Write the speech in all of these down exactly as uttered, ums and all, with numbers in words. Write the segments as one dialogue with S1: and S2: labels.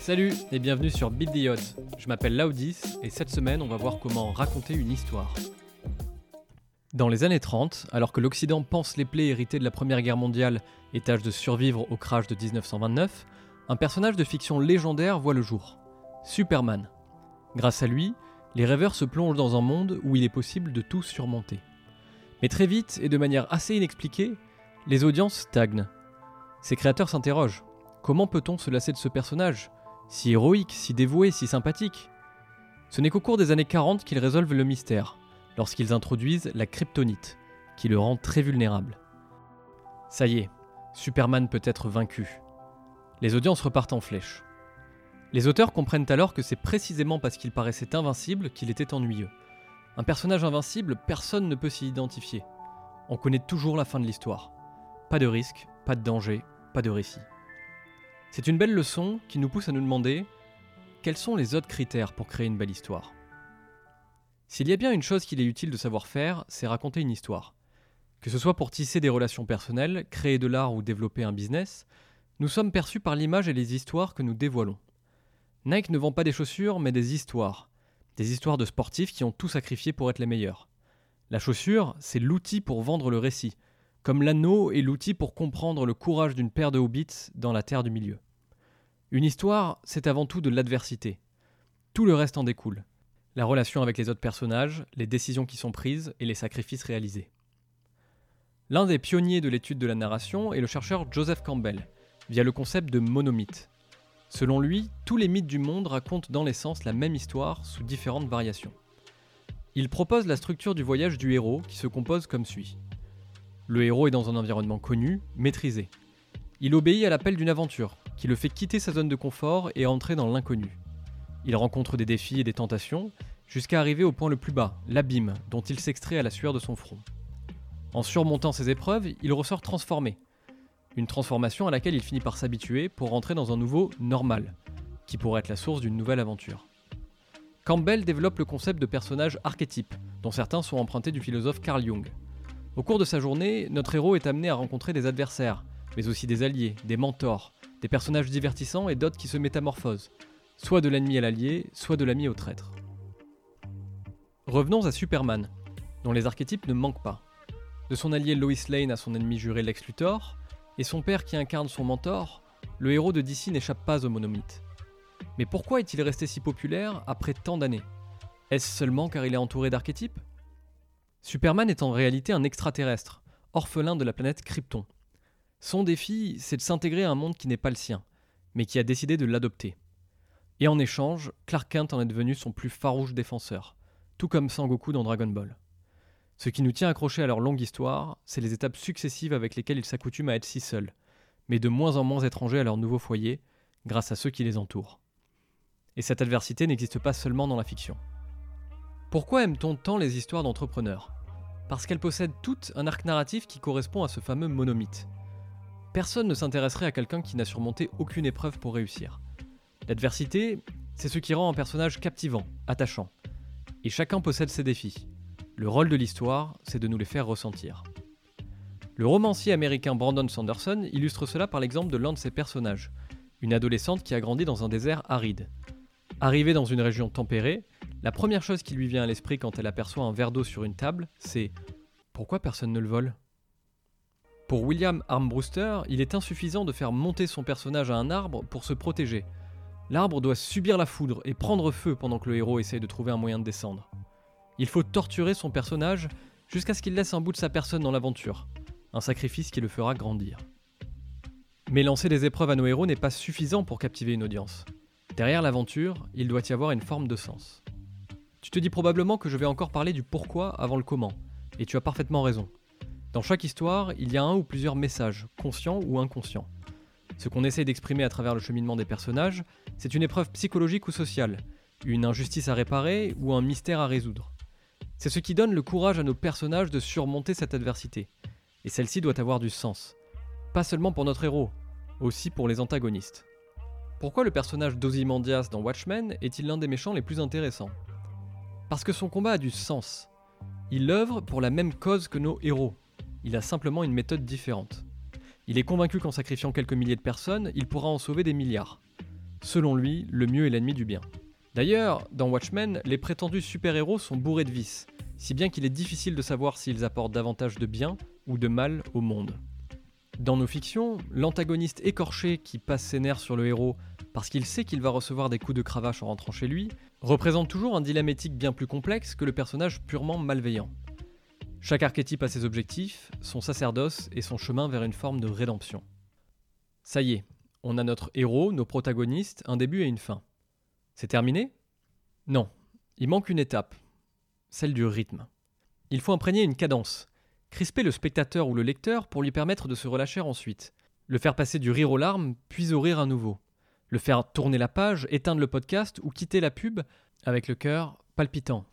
S1: Salut et bienvenue sur Beat the Odds. Je m'appelle Laudis et cette semaine on va voir comment raconter une histoire. Dans les années trente, alors que l'Occident pense les plaies héritées de la Première Guerre mondiale et tâche de survivre au crash de dix-neuf cent vingt-neuf, un personnage de fiction légendaire voit le jour, Superman. Grâce à lui, les rêveurs se plongent dans un monde où il est possible de tout surmonter. Mais très vite et de manière assez inexpliquée, les audiences stagnent. Ses créateurs s'interrogent. Comment peut-on se lasser de ce personnage ? Si héroïque, si dévoué, si sympathique. Ce n'est qu'au cours des années quarante qu'ils résolvent le mystère, lorsqu'ils introduisent la kryptonite, qui le rend très vulnérable. Ça y est, Superman peut être vaincu. Les audiences repartent en flèche. Les auteurs comprennent alors que c'est précisément parce qu'il paraissait invincible qu'il était ennuyeux. Un personnage invincible, personne ne peut s'y identifier. On connaît toujours la fin de l'histoire. Pas de risque, pas de danger, pas de récit. C'est une belle leçon qui nous pousse à nous demander quels sont les autres critères pour créer une belle histoire. S'il y a bien une chose qu'il est utile de savoir faire, c'est raconter une histoire. Que ce soit pour tisser des relations personnelles, créer de l'art ou développer un business, nous sommes perçus par l'image et les histoires que nous dévoilons. Nike ne vend pas des chaussures, mais des histoires. Des histoires de sportifs qui ont tout sacrifié pour être les meilleurs. La chaussure, c'est l'outil pour vendre le récit, comme l'anneau est l'outil pour comprendre le courage d'une paire de hobbits dans la terre du milieu. Une histoire, c'est avant tout de l'adversité. Tout le reste en découle. La relation avec les autres personnages, les décisions qui sont prises et les sacrifices réalisés. L'un des pionniers de l'étude de la narration est le chercheur Joseph Campbell, via le concept de monomythe. Selon lui, tous les mythes du monde racontent dans l'essence la même histoire sous différentes variations. Il propose la structure du voyage du héros qui se compose comme suit. Le héros est dans un environnement connu, maîtrisé. Il obéit à l'appel d'une aventure, qui le fait quitter sa zone de confort et entrer dans l'inconnu. Il rencontre des défis et des tentations, jusqu'à arriver au point le plus bas, l'abîme, dont il s'extrait à la sueur de son front. En surmontant ces épreuves, il ressort transformé. Une transformation à laquelle il finit par s'habituer pour rentrer dans un nouveau normal, qui pourrait être la source d'une nouvelle aventure. Campbell développe le concept de personnage archétype, dont certains sont empruntés du philosophe Carl Jung. Au cours de sa journée, notre héros est amené à rencontrer des adversaires, mais aussi des alliés, des mentors, des personnages divertissants et d'autres qui se métamorphosent, soit de l'ennemi à l'allié, soit de l'ami au traître. Revenons à Superman, dont les archétypes ne manquent pas. De son allié Lois Lane à son ennemi juré Lex Luthor, et son père qui incarne son mentor, le héros de D C n'échappe pas au monomythe. Mais pourquoi est-il resté si populaire après tant d'années ? Est-ce seulement car il est entouré d'archétypes ? Superman est en réalité un extraterrestre, orphelin de la planète Krypton. Son défi, c'est de s'intégrer à un monde qui n'est pas le sien, mais qui a décidé de l'adopter. Et en échange, Clark Kent en est devenu son plus farouche défenseur, tout comme Sangoku dans Dragon Ball. Ce qui nous tient accrochés à leur longue histoire, c'est les étapes successives avec lesquelles ils s'accoutument à être si seuls, mais de moins en moins étrangers à leur nouveau foyer, grâce à ceux qui les entourent. Et cette adversité n'existe pas seulement dans la fiction. Pourquoi aime-t-on tant les histoires d'entrepreneurs ? Parce qu'elles possèdent toutes un arc narratif qui correspond à ce fameux monomythe. Personne ne s'intéresserait à quelqu'un qui n'a surmonté aucune épreuve pour réussir. L'adversité, c'est ce qui rend un personnage captivant, attachant. Et chacun possède ses défis. Le rôle de l'histoire, c'est de nous les faire ressentir. Le romancier américain Brandon Sanderson illustre cela par l'exemple de l'un de ses personnages, une adolescente qui a grandi dans un désert aride. Arrivée dans une région tempérée, la première chose qui lui vient à l'esprit quand elle aperçoit un verre d'eau sur une table, c'est « Pourquoi personne ne le vole ?» Pour William Armbruster, il est insuffisant de faire monter son personnage à un arbre pour se protéger. L'arbre doit subir la foudre et prendre feu pendant que le héros essaie de trouver un moyen de descendre. Il faut torturer son personnage jusqu'à ce qu'il laisse un bout de sa personne dans l'aventure, un sacrifice qui le fera grandir. Mais lancer des épreuves à nos héros n'est pas suffisant pour captiver une audience. Derrière l'aventure, il doit y avoir une forme de sens. Tu te dis probablement que je vais encore parler du pourquoi avant le comment, et tu as parfaitement raison. Dans chaque histoire, il y a un ou plusieurs messages, conscients ou inconscients. Ce qu'on essaie d'exprimer à travers le cheminement des personnages, c'est une épreuve psychologique ou sociale, une injustice à réparer ou un mystère à résoudre. C'est ce qui donne le courage à nos personnages de surmonter cette adversité. Et celle-ci doit avoir du sens. Pas seulement pour notre héros, aussi pour les antagonistes. Pourquoi le personnage d'Ozymandias dans Watchmen est-il l'un des méchants les plus intéressants ? Parce que son combat a du sens. Il œuvre pour la même cause que nos héros. Il a simplement une méthode différente. Il est convaincu qu'en sacrifiant quelques milliers de personnes, il pourra en sauver des milliards. Selon lui, le mieux est l'ennemi du bien. D'ailleurs, dans Watchmen, les prétendus super-héros sont bourrés de vices, si bien qu'il est difficile de savoir s'ils apportent davantage de bien ou de mal au monde. Dans nos fictions, l'antagoniste écorché qui passe ses nerfs sur le héros parce qu'il sait qu'il va recevoir des coups de cravache en rentrant chez lui, représente toujours un dilemme éthique bien plus complexe que le personnage purement malveillant. Chaque archétype a ses objectifs, son sacerdoce et son chemin vers une forme de rédemption. Ça y est, on a notre héros, nos protagonistes, un début et une fin. C'est terminé ? Non, il manque une étape, celle du rythme. Il faut imprégner une cadence, crisper le spectateur ou le lecteur pour lui permettre de se relâcher ensuite, le faire passer du rire aux larmes, puis au rire à nouveau, le faire tourner la page, éteindre le podcast ou quitter la pub avec le cœur palpitant.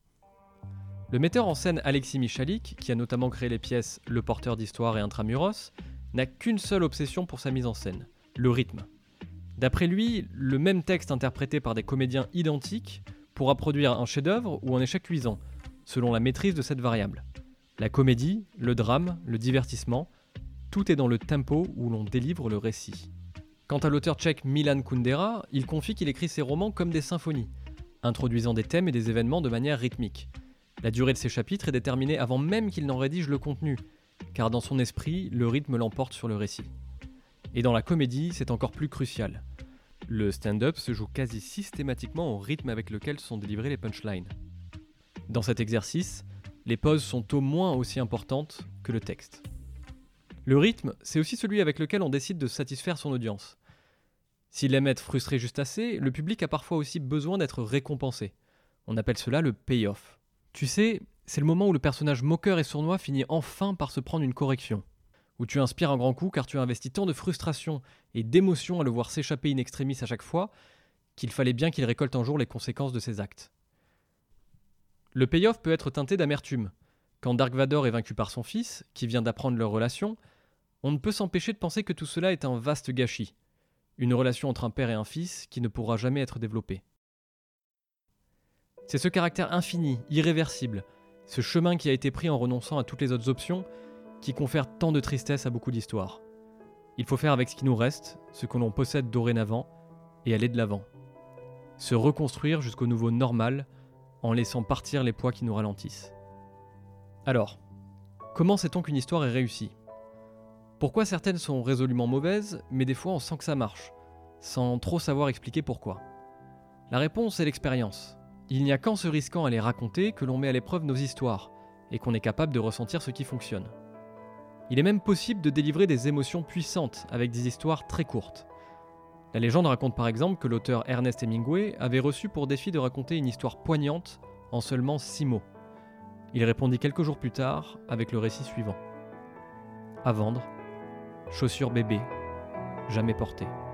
S1: Le metteur en scène Alexis Michalik, qui a notamment créé les pièces Le Porteur d'Histoire et Intramuros, n'a qu'une seule obsession pour sa mise en scène, le rythme. D'après lui, le même texte interprété par des comédiens identiques pourra produire un chef-d'œuvre ou un échec cuisant, selon la maîtrise de cette variable. La comédie, le drame, le divertissement, tout est dans le tempo où l'on délivre le récit. Quant à l'auteur tchèque Milan Kundera, il confie qu'il écrit ses romans comme des symphonies, introduisant des thèmes et des événements de manière rythmique. La durée de ses chapitres est déterminée avant même qu'il n'en rédige le contenu, car dans son esprit, le rythme l'emporte sur le récit. Et dans la comédie, c'est encore plus crucial. Le stand-up se joue quasi systématiquement au rythme avec lequel sont délivrées les punchlines. Dans cet exercice, les pauses sont au moins aussi importantes que le texte. Le rythme, c'est aussi celui avec lequel on décide de satisfaire son audience. S'il aime être frustré juste assez, le public a parfois aussi besoin d'être récompensé. On appelle cela le payoff. Tu sais, c'est le moment où le personnage moqueur et sournois finit enfin par se prendre une correction. Où tu inspires un grand coup car tu as investi tant de frustration et d'émotion à le voir s'échapper in extremis à chaque fois, qu'il fallait bien qu'il récolte un jour les conséquences de ses actes. Le payoff peut être teinté d'amertume. Quand Dark Vador est vaincu par son fils, qui vient d'apprendre leur relation, on ne peut s'empêcher de penser que tout cela est un vaste gâchis. Une relation entre un père et un fils qui ne pourra jamais être développée. C'est ce caractère infini, irréversible, ce chemin qui a été pris en renonçant à toutes les autres options, qui confère tant de tristesse à beaucoup d'histoires. Il faut faire avec ce qui nous reste, ce que l'on possède dorénavant, et aller de l'avant. Se reconstruire jusqu'au nouveau normal, en laissant partir les poids qui nous ralentissent. Alors, comment sait-on qu'une histoire est réussie ? Pourquoi certaines sont résolument mauvaises, mais des fois on sent que ça marche, sans trop savoir expliquer pourquoi ? La réponse est l'expérience. Il n'y a qu'en se risquant à les raconter que l'on met à l'épreuve nos histoires, et qu'on est capable de ressentir ce qui fonctionne. Il est même possible de délivrer des émotions puissantes avec des histoires très courtes. La légende raconte par exemple que l'auteur Ernest Hemingway avait reçu pour défi de raconter une histoire poignante en seulement six mots. Il répondit quelques jours plus tard avec le récit suivant. À vendre, chaussures bébé, jamais portées.